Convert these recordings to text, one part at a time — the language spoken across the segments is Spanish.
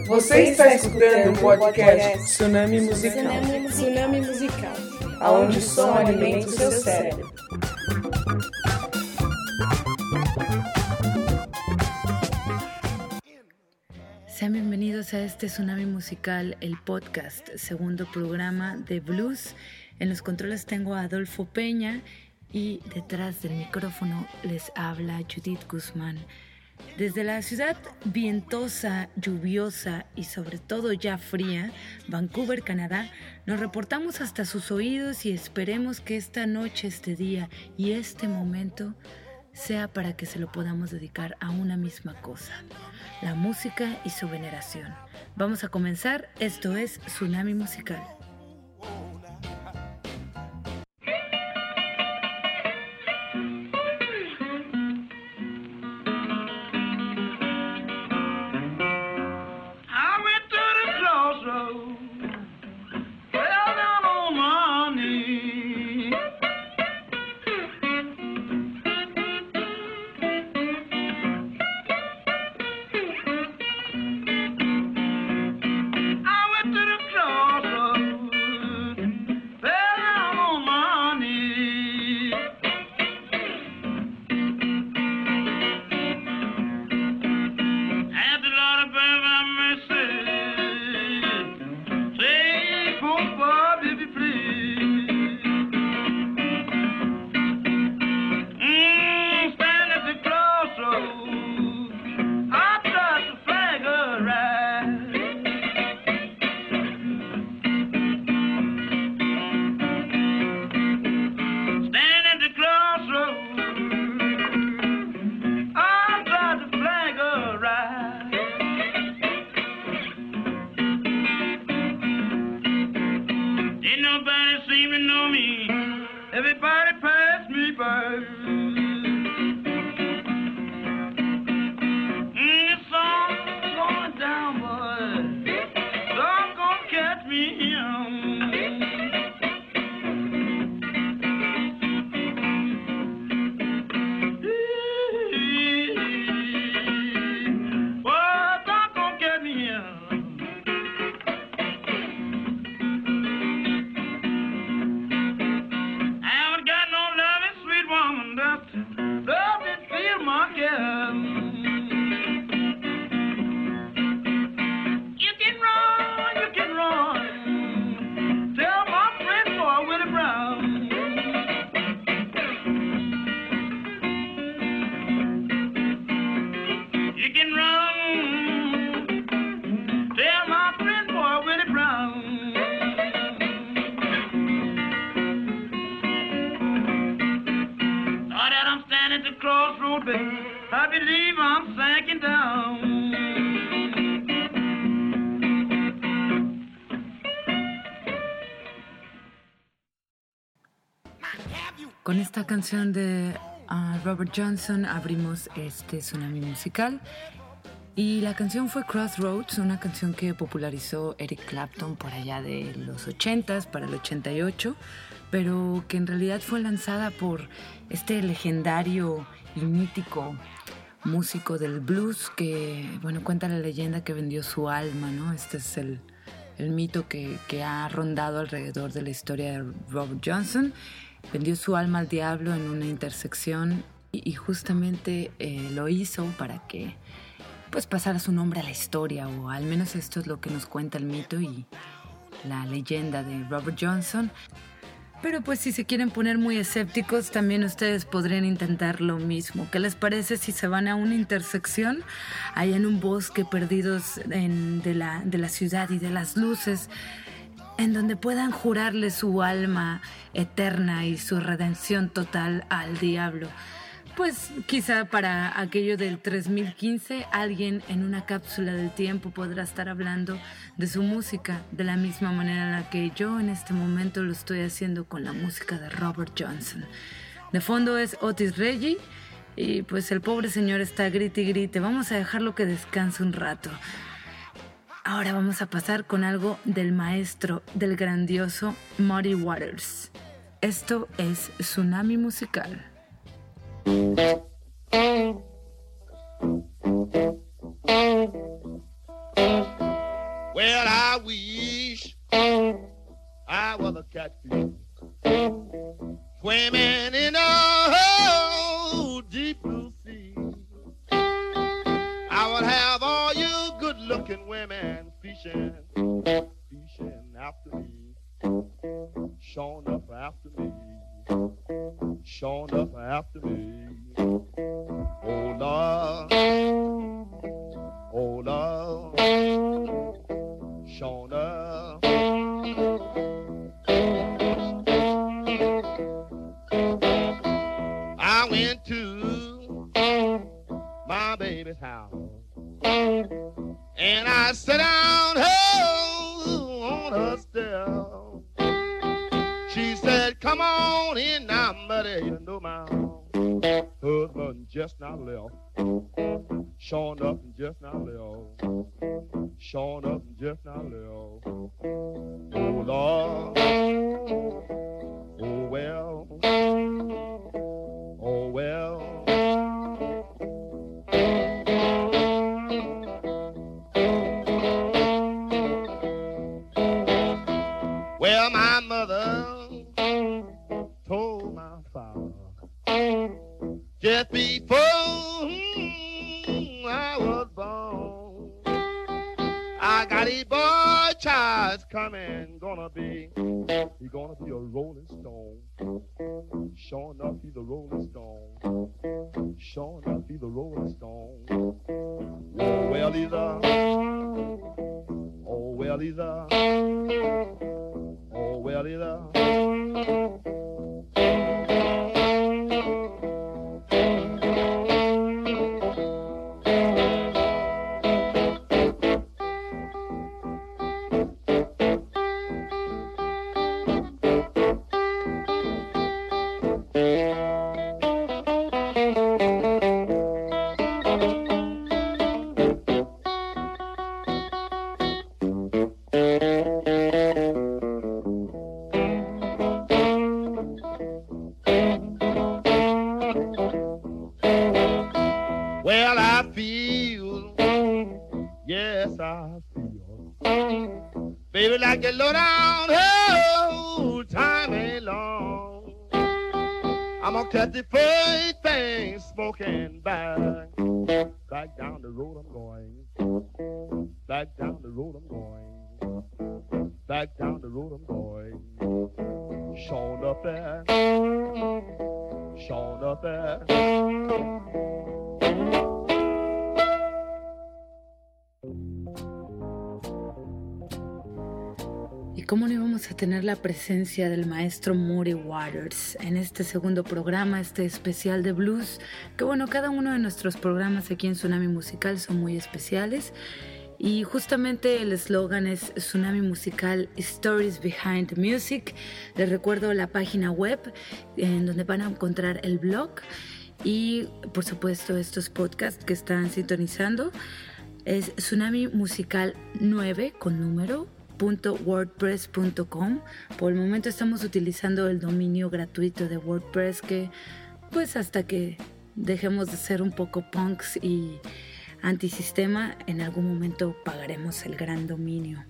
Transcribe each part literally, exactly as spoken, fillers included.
Você está escutando o podcast Tsunami Musical. Tsunami, Tsunami Musical, aonde o som alimenta o seu cérebro. Sean bienvenidos a este Tsunami Musical, el podcast, segundo programa de blues. En los controles tengo a Adolfo Peña y detrás del micrófono les habla Judith Guzmán. Desde la ciudad vientosa, lluviosa y sobre todo ya fría, Vancouver, Canadá, nos reportamos hasta sus oídos y esperemos que esta noche, este día y este momento sea para que se lo podamos dedicar a una misma cosa, la música y su veneración. Vamos a comenzar, esto es Tsunami Musical. Con esta canción de uh, Robert Johnson abrimos este Tsunami Musical y la canción fue Crossroads, una canción que popularizó Eric Clapton por allá de los ochentas para el ochenta y ocho, pero que en realidad fue lanzada por este legendario y mítico músico del blues que, bueno, cuenta la leyenda que vendió su alma, ¿no? Este es el, el mito que, que ha rondado alrededor de la historia de Robert Johnson. Vendió su alma al diablo en una intersección y, y justamente eh, lo hizo para que pues pasara su nombre a la historia, o al menos esto es lo que nos cuenta el mito y la leyenda de Robert Johnson. Pero pues si se quieren poner muy escépticos, también ustedes podrían intentar lo mismo. ¿Qué les parece si se van a una intersección allá en un bosque perdidos en, de, la, de la ciudad y de las luces, en donde puedan jurarle su alma eterna y su redención total al diablo? Pues quizá para aquello del tres mil quince alguien en una cápsula del tiempo podrá estar hablando de su música de la misma manera en la que yo en este momento lo estoy haciendo con la música de Robert Johnson. De fondo es Otis Redding y pues el pobre señor está grite y grite. Vamos a dejarlo que descanse un rato. Ahora vamos a pasar con algo del maestro, del grandioso Muddy Waters. Esto es Tsunami Musical. would have all you good-looking women fishing, fishing after me, showing up after me, showing up after me. Oh Lord, oh Lord, showing up. I went to my baby's house and I sat down oh, on her step. She said, come on in now, buddy, you know my husband just now left. Showing up and just now left. Showing up and just now left. Oh Lord, oh well, oh well. Well, my mother told my father just before hmm, I was born, I got a boy child coming, gonna be, he gonna be a rolling stone. Sure enough, he's a rolling stone. Sure enough, he's a rolling stone. Oh, well, he's a, oh, well, he's a, oh, well, he's a. Like a low down, oh, time ain't long. I'm gonna cut the first thing smoking back. Back down the road I'm going. Back down the road I'm going. Back down the road I'm going. Showing up there. Showing up there. ¿Cómo no íbamos a tener la presencia del maestro Muddy Waters en este segundo programa, este especial de blues? Que bueno, cada uno de nuestros programas aquí en Tsunami Musical son muy especiales. Y justamente el eslogan es Tsunami Musical Stories Behind the Music. Les recuerdo la página web en donde van a encontrar el blog y por supuesto estos podcasts que están sintonizando. Es Tsunami Musical nueve con número .wordpress punto com. Por el momento estamos utilizando el dominio gratuito de WordPress, que pues hasta que dejemos de ser un poco punks y antisistema, en algún momento pagaremos el gran dominio.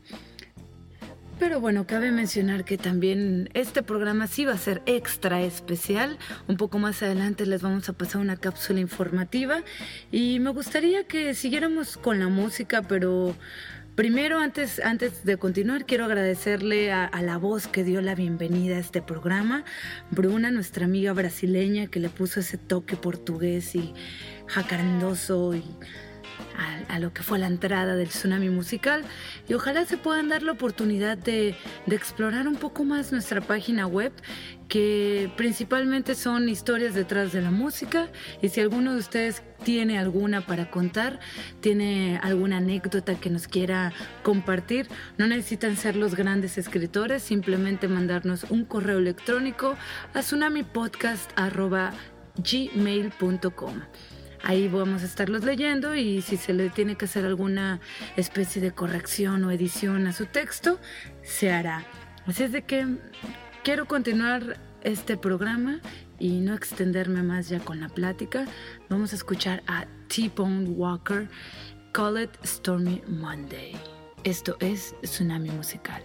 Pero bueno, cabe mencionar que también este programa sí va a ser extra especial. Un poco más adelante les vamos a pasar una cápsula informativa y me gustaría que siguiéramos con la música, pero primero, antes, antes de continuar, quiero agradecerle a, a la voz que dio la bienvenida a este programa, Bruna, nuestra amiga brasileña, que le puso ese toque portugués y jacarandoso y a, a lo que fue la entrada del Tsunami Musical. Y ojalá se puedan dar la oportunidad de, de explorar un poco más nuestra página web, que principalmente son historias detrás de la música. Y si alguno de ustedes tiene alguna para contar, tiene alguna anécdota que nos quiera compartir, no necesitan ser los grandes escritores, simplemente mandarnos un correo electrónico a tsunamipodcast arroba gmail punto com. Ahí vamos a estarlos leyendo y si se le tiene que hacer alguna especie de corrección o edición a su texto, se hará. Así es de que quiero continuar este programa y no extenderme más ya con la plática. Vamos a escuchar a T-Bone Walker, Call It Stormy Monday. Esto es Tsunami Musical.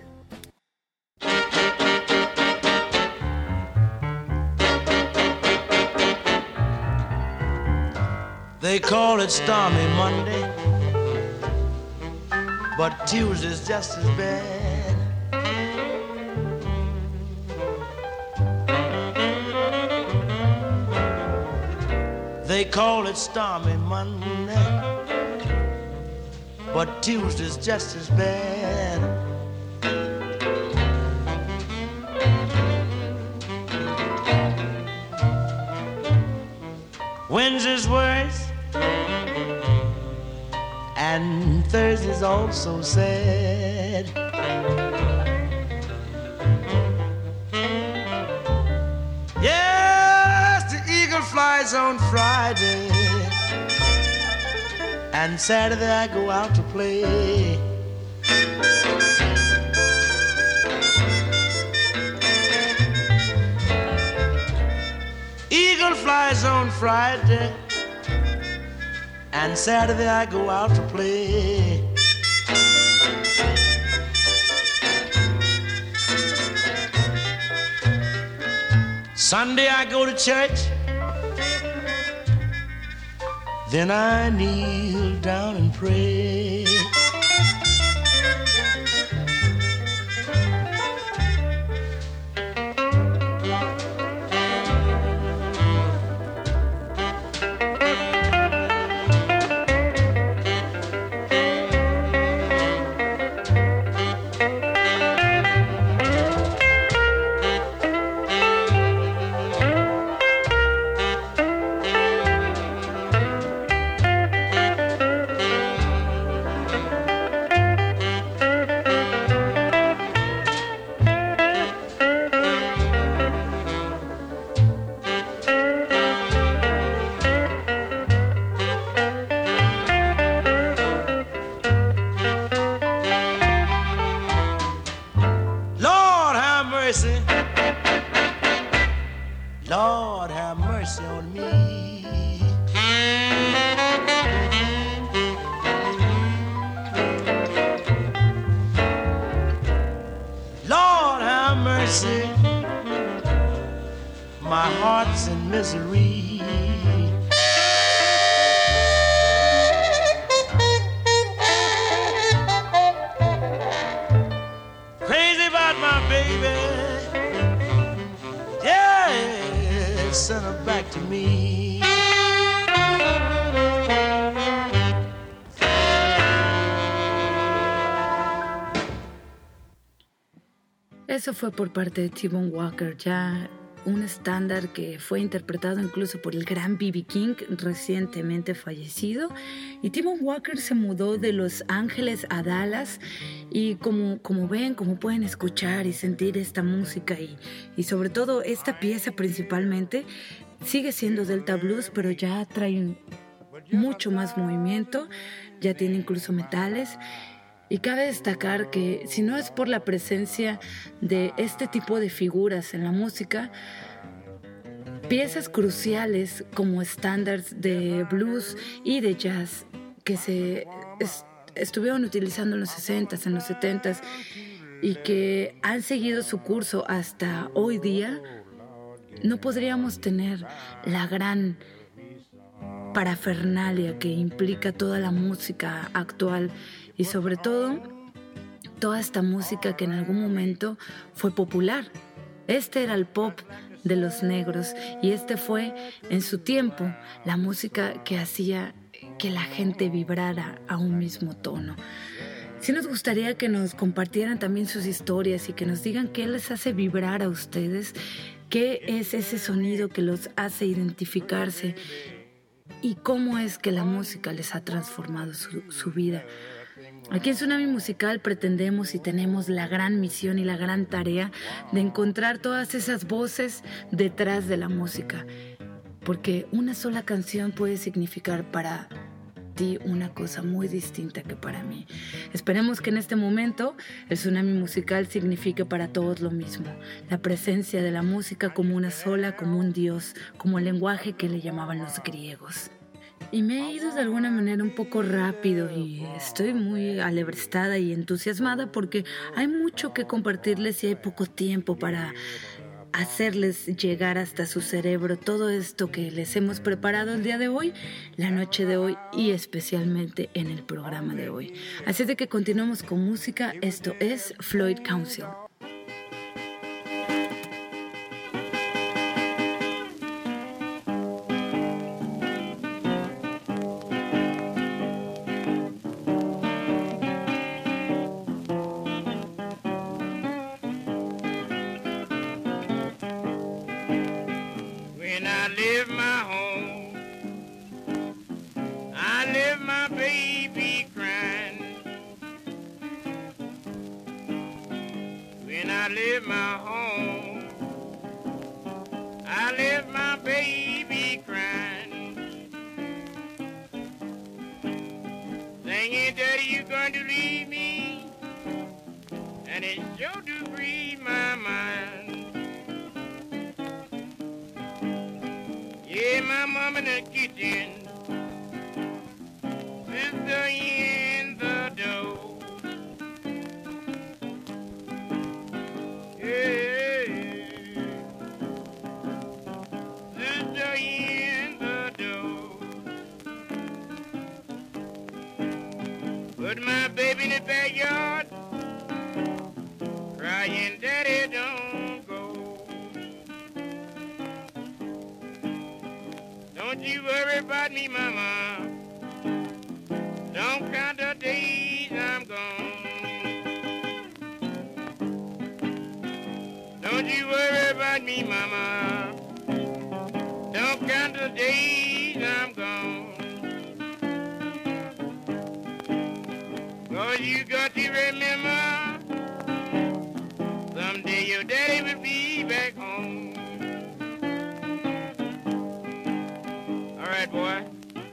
They call it Stormy Monday, but Tuesday's just as bad. They call it stormy Monday, but Tuesday's just as bad. Wednesday's worse, and Thursday's also sad. Yes, the eagle flies on Friday, and Saturday I go out to play. Eagle flies on Friday, and Saturday I go out to play. Sunday I go to church, then I kneel down and pray. Lord have mercy on me. Lord have mercy, my heart's in misery. Crazy about my baby, yeah, send her back to me. Eso fue por parte de T-Bone Walker, ya un estándar que fue interpretado incluso por el gran B B King, recientemente fallecido. Y T-Bone Walker se mudó de Los Ángeles a Dallas, y como, como ven, como pueden escuchar y sentir esta música y, y sobre todo esta pieza principalmente, sigue siendo Delta Blues, pero ya trae un, mucho más movimiento, ya tiene incluso metales. Y cabe destacar que si no es por la presencia de este tipo de figuras en la música, piezas cruciales como estándares de blues y de jazz que se est- estuvieron utilizando en los sesentas, en los setentas y que han seguido su curso hasta hoy día, no podríamos tener la gran parafernalia que implica toda la música actual. Y sobre todo, toda esta música que en algún momento fue popular. Este era el pop de los negros y este fue, en su tiempo, la música que hacía que la gente vibrara a un mismo tono. Sí nos gustaría que nos compartieran también sus historias y que nos digan qué les hace vibrar a ustedes, qué es ese sonido que los hace identificarse y cómo es que la música les ha transformado su, su vida. Aquí en Tsunami Musical pretendemos y tenemos la gran misión y la gran tarea de encontrar todas esas voces detrás de la música, porque una sola canción puede significar para ti una cosa muy distinta que para mí. Esperemos que en este momento el Tsunami Musical signifique para todos lo mismo, la presencia de la música como una sola, como un dios, como el lenguaje que le llamaban los griegos. Y me he ido de alguna manera un poco rápido y estoy muy alebrestada y entusiasmada porque hay mucho que compartirles y hay poco tiempo para hacerles llegar hasta su cerebro todo esto que les hemos preparado el día de hoy, la noche de hoy y especialmente en el programa de hoy. Así de que continuamos con música. Esto es Floyd Council. Put my baby in the backyard, crying, Daddy, don't go. Don't you worry about me, Mama. Don't count the days I'm gone. Don't you worry about me, Mama. Don't count the days I'm gone. Cause you got to remember, someday your daddy will be back home. All right, boy.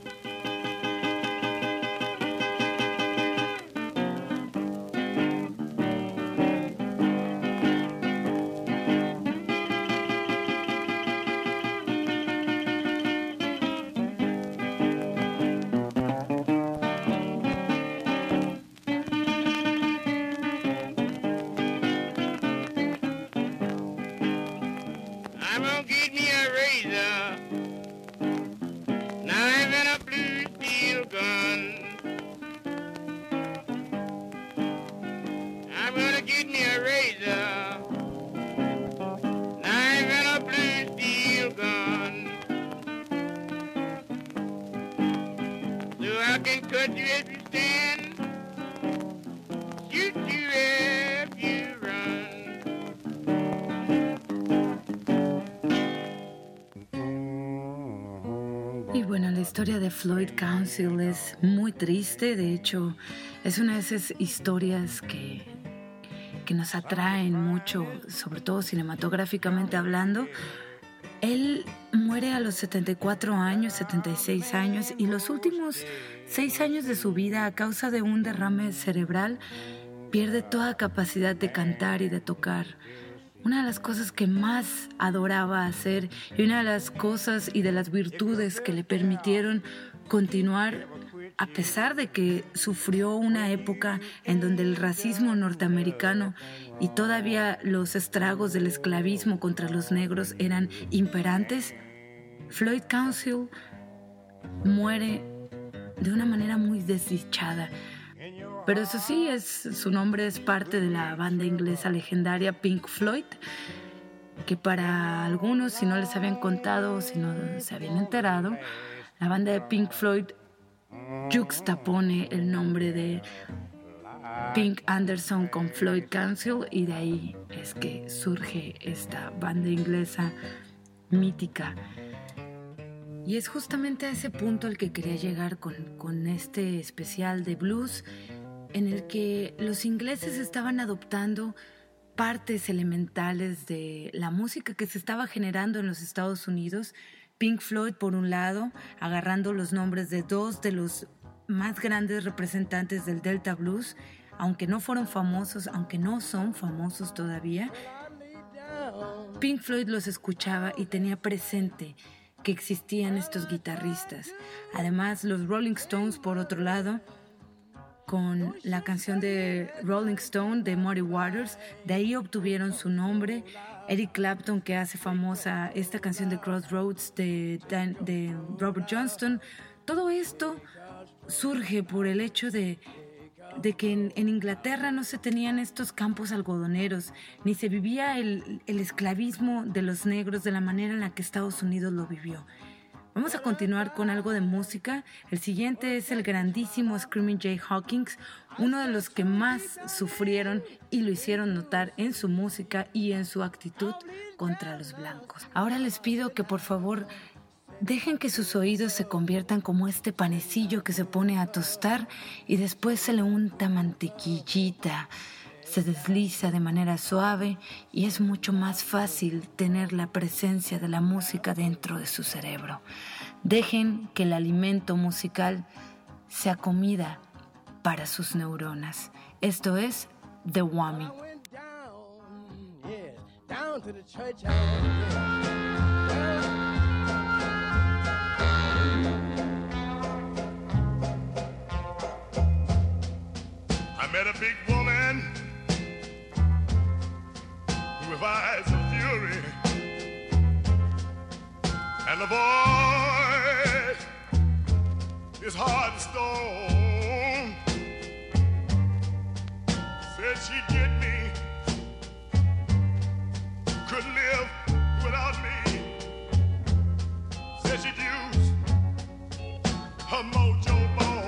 Y bueno, la historia de Floyd Council es muy triste. De hecho, es una de esas historias que, que nos atraen mucho, sobre todo cinematográficamente hablando. Él muere a los setenta y cuatro años, setenta y seis años, y los últimos seis años de su vida, a causa de un derrame cerebral, pierde toda capacidad de cantar y de tocar. Una de las cosas que más adoraba hacer y una de las cosas y de las virtudes que le permitieron continuar, a pesar de que sufrió una época en donde el racismo norteamericano y todavía los estragos del esclavismo contra los negros eran imperantes, Floyd Council muere de una manera muy desdichada. Pero eso sí, es, su nombre es parte de la banda inglesa legendaria Pink Floyd, que para algunos, si no les habían contado o si no se habían enterado, la banda de Pink Floyd juxtapone el nombre de Pink Anderson con Floyd Council, y de ahí es que surge esta banda inglesa mítica. Y es justamente a ese punto al que quería llegar con, con este especial de blues, en el que los ingleses estaban adoptando partes elementales de la música que se estaba generando en los Estados Unidos. Pink Floyd, por un lado, agarrando los nombres de dos de los más grandes representantes del Delta Blues, aunque no fueron famosos, aunque no son famosos todavía. Pink Floyd los escuchaba y tenía presente que existían estos guitarristas. Además, los Rolling Stones, por otro lado, con la canción de Rolling Stone de Muddy Waters. De ahí obtuvieron su nombre. Eric Clapton, que hace famosa esta canción de Crossroads de, Dan, de Robert Johnston. Todo esto surge por el hecho de, de que en, en Inglaterra no se tenían estos campos algodoneros, ni se vivía el, el esclavismo de los negros de la manera en la que Estados Unidos lo vivió. Vamos a continuar con algo de música. El siguiente es el grandísimo Screaming Jay Hawkins, uno de los que más sufrieron y lo hicieron notar en su música y en su actitud contra los blancos. Ahora les pido que por favor dejen que sus oídos se conviertan como este panecillo que se pone a tostar y después se le unta mantequillita. Se desliza de manera suave y es mucho más fácil tener la presencia de la música dentro de su cerebro. Dejen que el alimento musical sea comida para sus neuronas. Esto es The Whammy. I met a big woman with eyes of fury, and the voice is hard as stone. Said she'd get me, couldn't live without me. Said she'd use her mojo bone.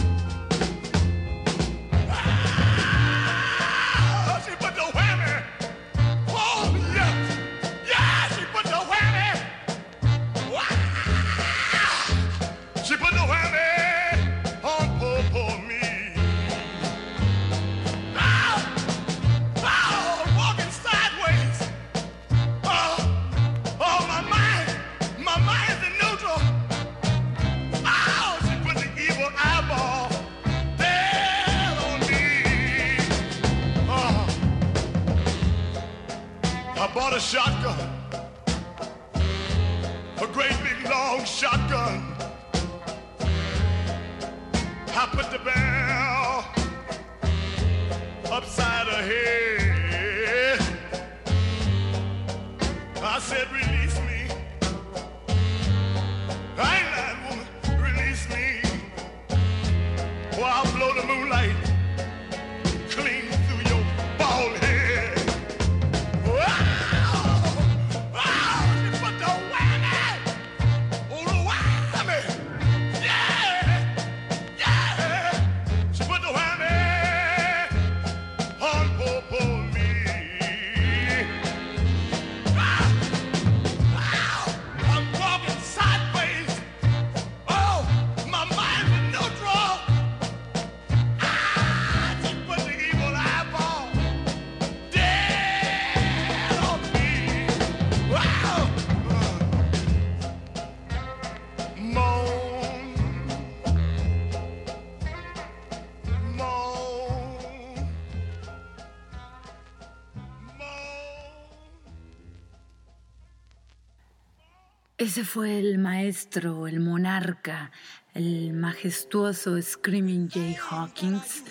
Bought a shotgun, a great big long shotgun. I put the barrel upside her head. I said, release me. I ain't lying, woman, release me. Or I'll blow the moonlight clean through your bald head. Ese fue el maestro, el monarca, el majestuoso Screaming Jay Hawkins.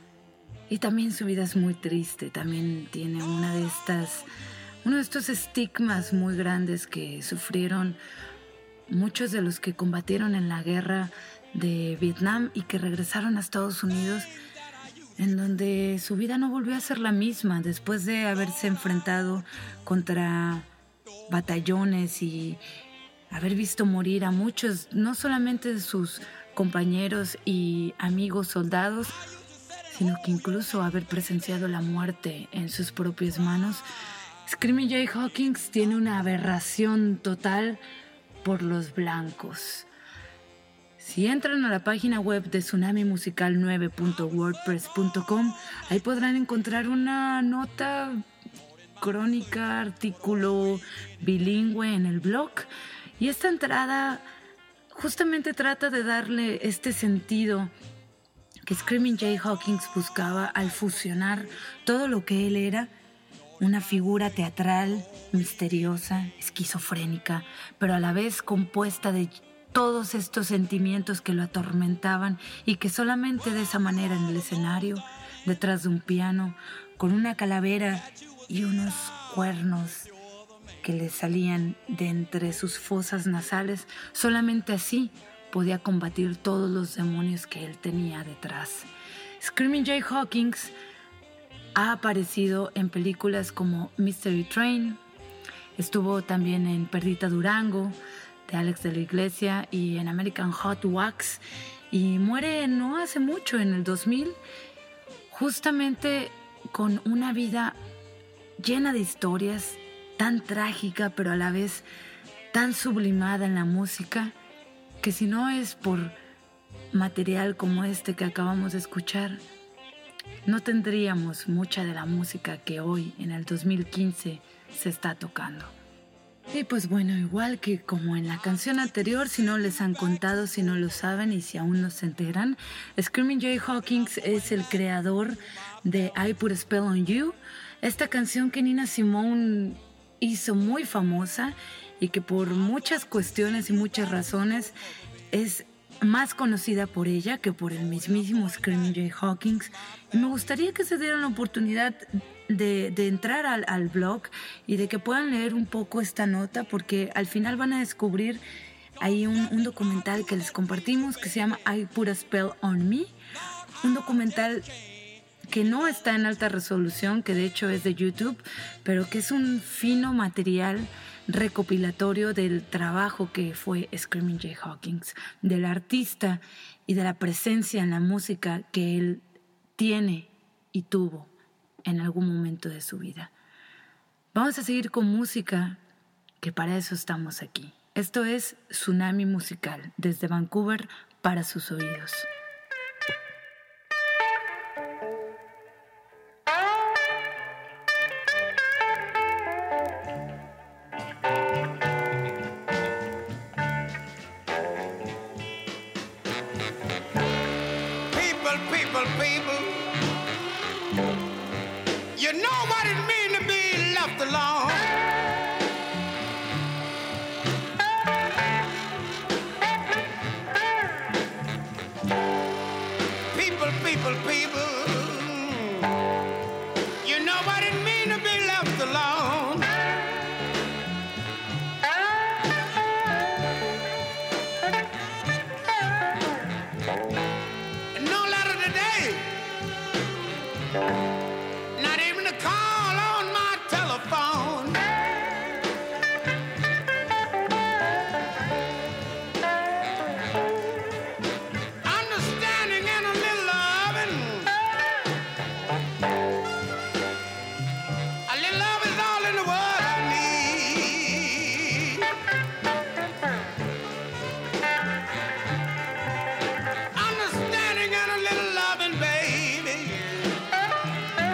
Y también su vida es muy triste, también tiene una de estas, uno de estos estigmas muy grandes que sufrieron muchos de los que combatieron en la guerra de Vietnam y que regresaron a Estados Unidos, en donde su vida no volvió a ser la misma después de haberse enfrentado contra batallones y haber visto morir a muchos, no solamente de sus compañeros y amigos soldados, sino que incluso haber presenciado la muerte en sus propias manos. Screaming Jay Hawkins tiene una aberración total por los blancos. Si entran a la página web de tsunami musical nueve punto wordpress punto com, ahí podrán encontrar una nota, crónica, artículo bilingüe en el blog. Y esta entrada justamente trata de darle este sentido que Screaming Jay Hawkins buscaba al fusionar todo lo que él era, una figura teatral, misteriosa, esquizofrénica, pero a la vez compuesta de todos estos sentimientos que lo atormentaban y que solamente de esa manera en el escenario, detrás de un piano, con una calavera y unos cuernos que le salían de entre sus fosas nasales, solamente así podía combatir todos los demonios que él tenía detrás. Screaming Jay Hawkins ha aparecido en películas como Mystery Train, estuvo también en Perdita Durango, de Alex de la Iglesia, y en American Hot Wax, y muere no hace mucho, en el dos mil, justamente con una vida llena de historias, tan trágica, pero a la vez tan sublimada en la música, que si no es por material como este que acabamos de escuchar, no tendríamos mucha de la música que hoy, en el dos mil quince, se está tocando. Y pues bueno, igual que como en la canción anterior, si no les han contado, si no lo saben y si aún no se enteran, Screaming Jay Hawkins es el creador de I Put a Spell on You, esta canción que Nina Simone hizo muy famosa y que por muchas cuestiones y muchas razones es más conocida por ella que por el mismísimo Screaming Jay Hawkins. Y me gustaría que se dieran la oportunidad de, de entrar al, al blog y de que puedan leer un poco esta nota, porque al final van a descubrir ahí un, un documental que les compartimos que se llama I Put a Spell on Me, un documental que no está en alta resolución, que de hecho es de YouTube, pero que es un fino material recopilatorio del trabajo que fue Screaming Jay Hawkins, del artista y de la presencia en la música que él tiene y tuvo en algún momento de su vida. Vamos a seguir con música, que para eso estamos aquí. Esto es Tsunami Musical, desde Vancouver para sus oídos. Understanding and a little loving, baby.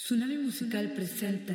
Tsunami Musical presenta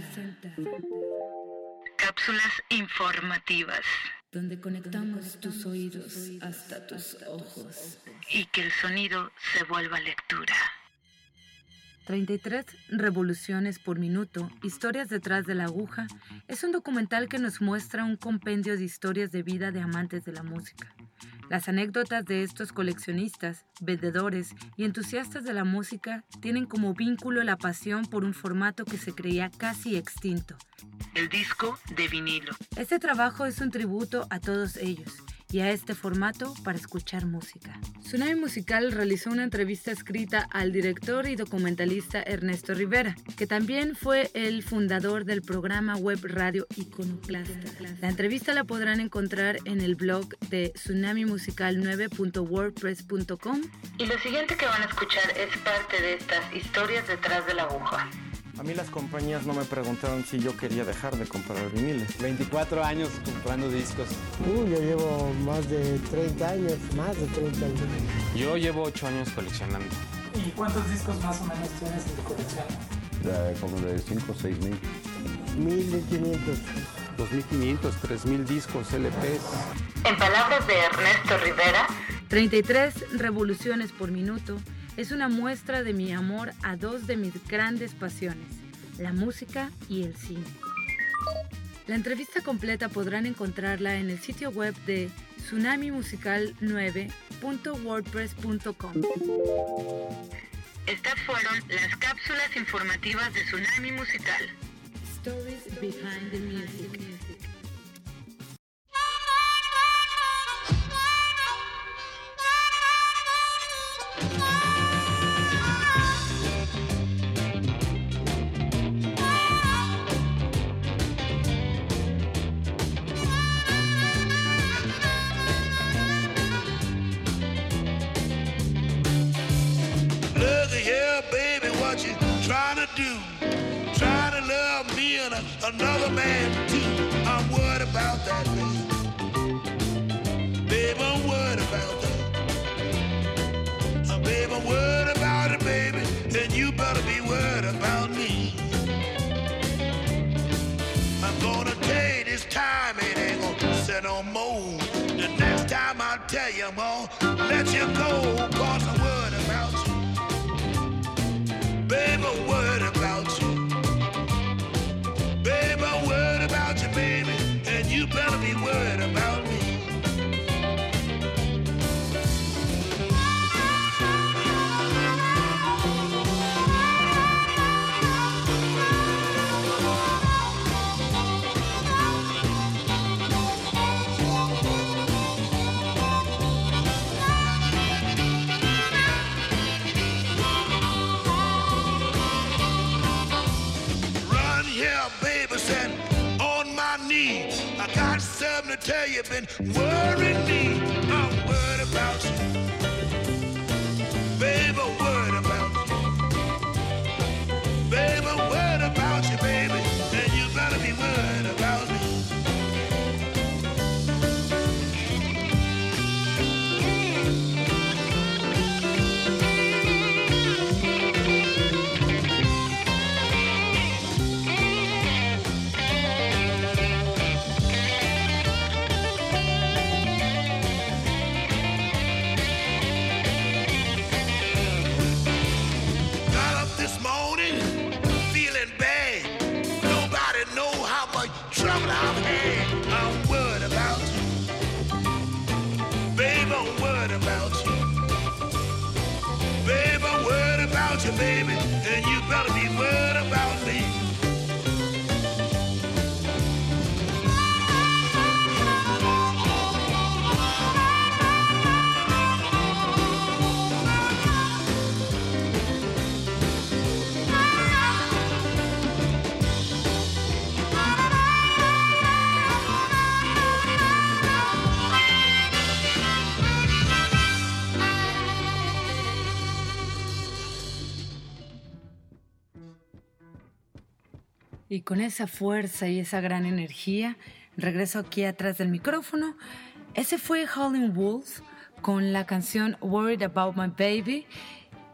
cápsulas informativas, donde conectamos tus oídos hasta tus ojos y que el sonido se vuelva lectura. treinta y tres revoluciones por minuto, historias detrás de la aguja, es un documental que nos muestra un compendio de historias de vida de amantes de la música. Las anécdotas de estos coleccionistas, vendedores y entusiastas de la música tienen como vínculo la pasión por un formato que se creía casi extinto: el disco de vinilo. Este trabajo es un tributo a todos ellos y a este formato para escuchar música. Tsunami Musical realizó una entrevista escrita al director y documentalista Ernesto Rivera, que también fue el fundador del programa web radio Iconoclasta. La entrevista la podrán encontrar en el blog de tsunami musical nueve punto wordpress punto com. Y lo siguiente que van a escuchar es parte de estas historias detrás de la aguja. A mí las compañías no me preguntaron si yo quería dejar de comprar viniles. veinticuatro años comprando discos. Uh, yo llevo más de treinta años, más de treinta años. Yo llevo ocho años coleccionando. ¿Y cuántos discos más o menos tienes en tu colección? De, como de cinco o seis mil. mil quinientos. dos mil quinientos, tres mil discos, L Pes. En palabras de Ernesto Rivera, treinta y tres revoluciones por minuto es una muestra de mi amor a dos de mis grandes pasiones, la música y el cine. La entrevista completa podrán encontrarla en el sitio web de tsunami musical nueve punto wordpress punto com. Estas fueron las cápsulas informativas de Tsunami Musical. Stories behind the music. Another man too. I'm worried about that, baby. Baby, I'm worried about that. Uh, baby, I'm worried about it, baby. And you better be worried about me. I'm gonna tell you this time it ain't gonna set no more. The next time I tell you I'm gonna let you go, cause I'm worried about you. Baby, I'm worried about you. Baby, I'm worried about you, baby, and you better be worried about me. I got something to tell you, been worrying me. I'm worried about you. Baby, I'm worried about you. Baby, I'm worried about you, baby. And you better be worried about me. Baby, and you better be worried about me. Y con esa fuerza y esa gran energía, regreso aquí atrás del micrófono. Ese fue Howlin' Wolf con la canción Worried About My Baby.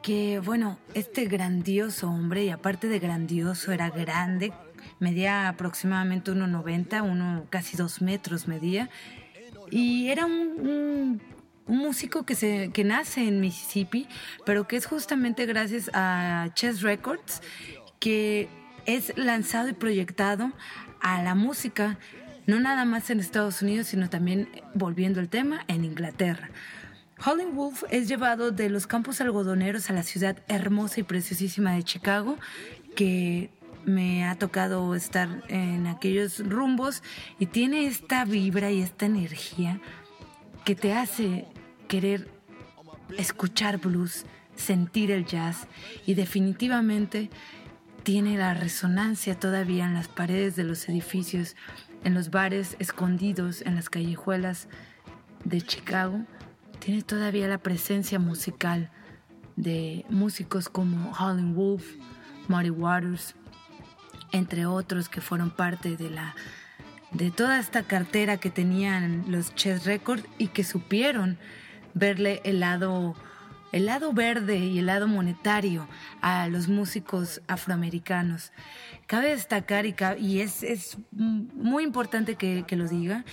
que, bueno, este grandioso hombre, y aparte de grandioso, era grande, medía aproximadamente uno noventa, uno casi dos metros medía, y era un, un, un músico que, se, que nace en Mississippi, pero que es justamente gracias a Chess Records que es lanzado y proyectado a la música, no nada más en Estados Unidos, sino también, volviendo al tema, en Inglaterra. Howlin' Wolf es llevado de los campos algodoneros a la ciudad hermosa y preciosísima de Chicago, que me ha tocado estar en aquellos rumbos, y tiene esta vibra y esta energía que te hace querer escuchar blues, sentir el jazz, y definitivamente tiene la resonancia todavía en las paredes de los edificios, en los bares escondidos, en las callejuelas de Chicago. Tiene todavía la presencia musical de músicos como Howlin' Wolf, Muddy Waters, entre otros que fueron parte de la de toda esta cartera que tenían los Chess Records y que supieron verle el lado el lado verde y el lado monetario a los músicos afroamericanos. Cabe destacar, y, cabe, y es, es muy importante que, que lo diga,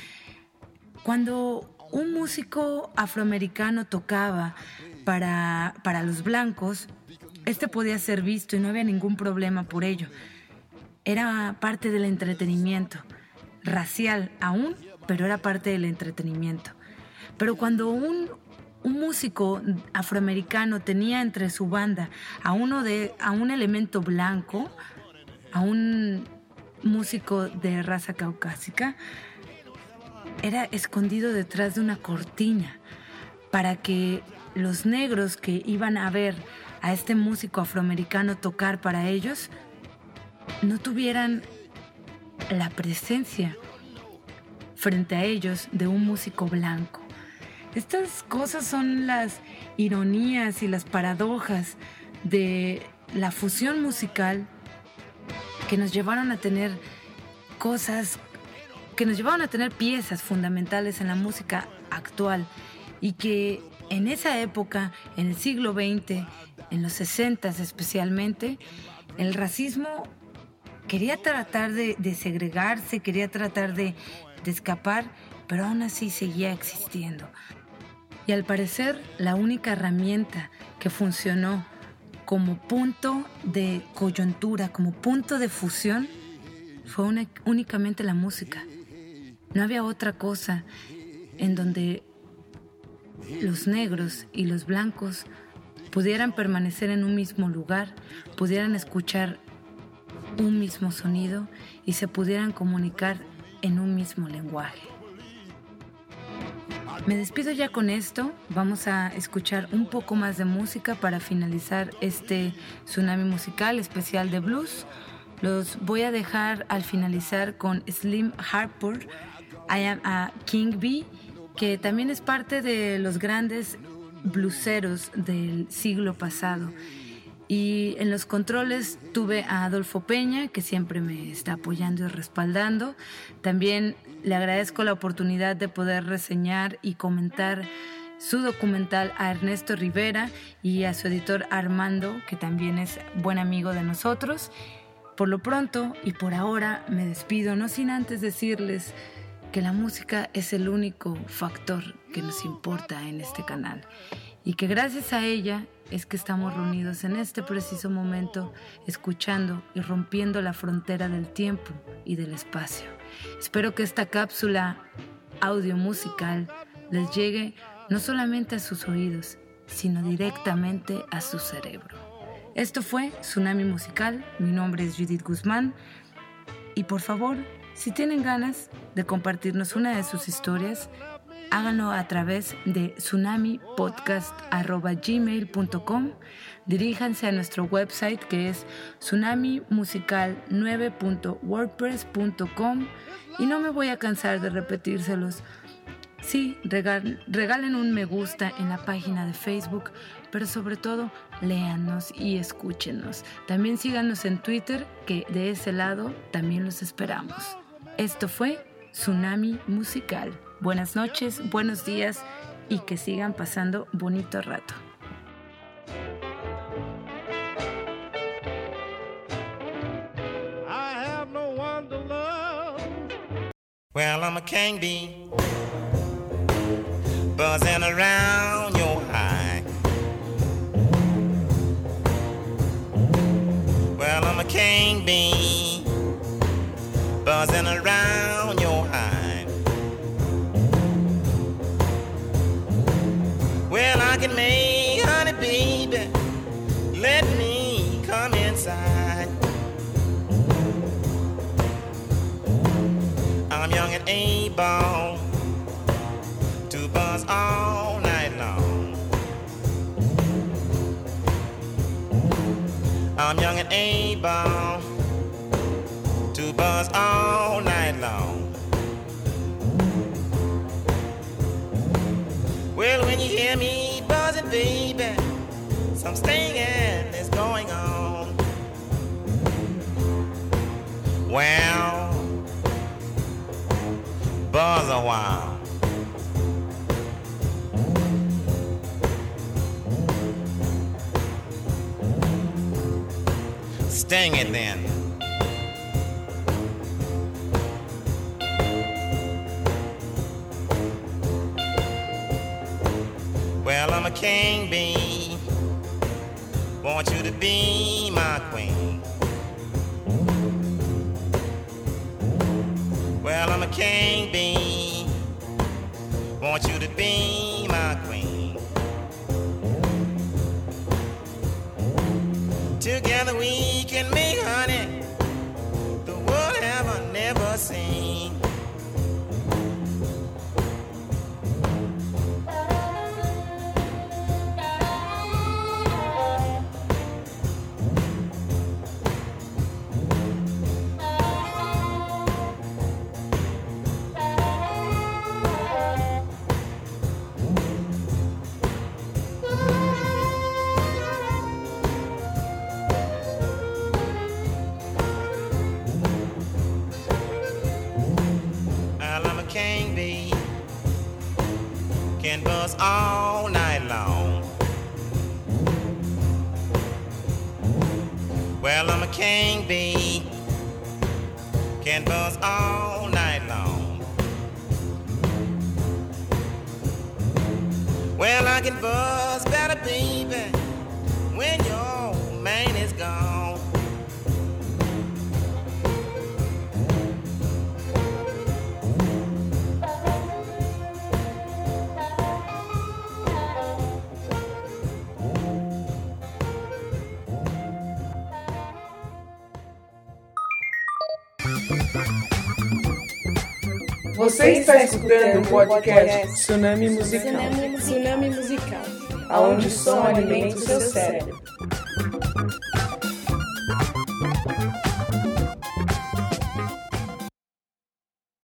cuando un músico afroamericano tocaba para, para los blancos, este podía ser visto y no había ningún problema por ello. Era parte del entretenimiento, racial aún, pero era parte del entretenimiento. Pero cuando un, un músico afroamericano tenía entre su banda a, uno de, a un elemento blanco, a un músico de raza caucásica, era escondido detrás de una cortina para que los negros que iban a ver a este músico afroamericano tocar para ellos no tuvieran la presencia frente a ellos de un músico blanco. Estas cosas son las ironías y las paradojas de la fusión musical que nos llevaron a tener cosas que nos llevaron a tener piezas fundamentales en la música actual, y que en esa época, en el siglo veinte, en los sesentas especialmente, el racismo quería tratar de, de segregarse, quería tratar de, de escapar, pero aún así seguía existiendo. Y al parecer, la única herramienta que funcionó como punto de coyuntura, como punto de fusión, fue una, únicamente la música. No había otra cosa en donde los negros y los blancos pudieran permanecer en un mismo lugar, pudieran escuchar un mismo sonido y se pudieran comunicar en un mismo lenguaje. Me despido ya con esto. Vamos a escuchar un poco más de música para finalizar este tsunami musical especial de blues. Los voy a dejar al finalizar con Slim Harper, I Am a King Bee, que también es parte de los grandes blueseros del siglo pasado. Y en los controles tuve a Adolfo Peña, que siempre me está apoyando y respaldando. También le agradezco la oportunidad de poder reseñar y comentar su documental a Ernesto Rivera y a su editor Armando, que también es buen amigo de nosotros. Por lo pronto y por ahora me despido, no sin antes decirles que la música es el único factor que nos importa en este canal, y que gracias a ella es que estamos reunidos en este preciso momento, escuchando y rompiendo la frontera del tiempo y del espacio. Espero que esta cápsula audio musical les llegue no solamente a sus oídos, sino directamente a su cerebro. Esto fue Tsunami Musical. Mi nombre es Judith Guzmán, y por favor, si tienen ganas de compartirnos una de sus historias, háganlo a través de tsunami podcast arroba gmail punto com. Diríjanse a nuestro website, que es tsunami musical nueve punto wordpress punto com, y no me voy a cansar de repetírselos. Sí, regal, regalen un me gusta en la página de Facebook, pero sobre todo léanos y escúchenos. También síganos en Twitter, que de ese lado también los esperamos. Esto fue Tsunami Musical. Buenas noches, buenos días, y que sigan pasando bonito rato. Well, I'm a king bee, buzzing around your hive. Well, I'm a king bee, buzzing around your hive. Well, I can make honey, baby, let me come inside. I'm young and able to buzz all night long. I'm young and able to buzz all night long. Well, when you hear me buzzing, baby, some stinging is going on. Well, buzz a while. Sting it then. Well, I'm a king bee, want you to be my queen. Well, I'm a king bee, want you to be my queen. Together we can make honey the world ever never seen. King bee can buzz all night long. Well, I'm a king bee, can buzz all night long. Well, I can buzz better, baby, when your man is gone. Você está escutando o podcast Tsunami Musical, Tsunami Musical, aonde o som alimenta o seu cérebro.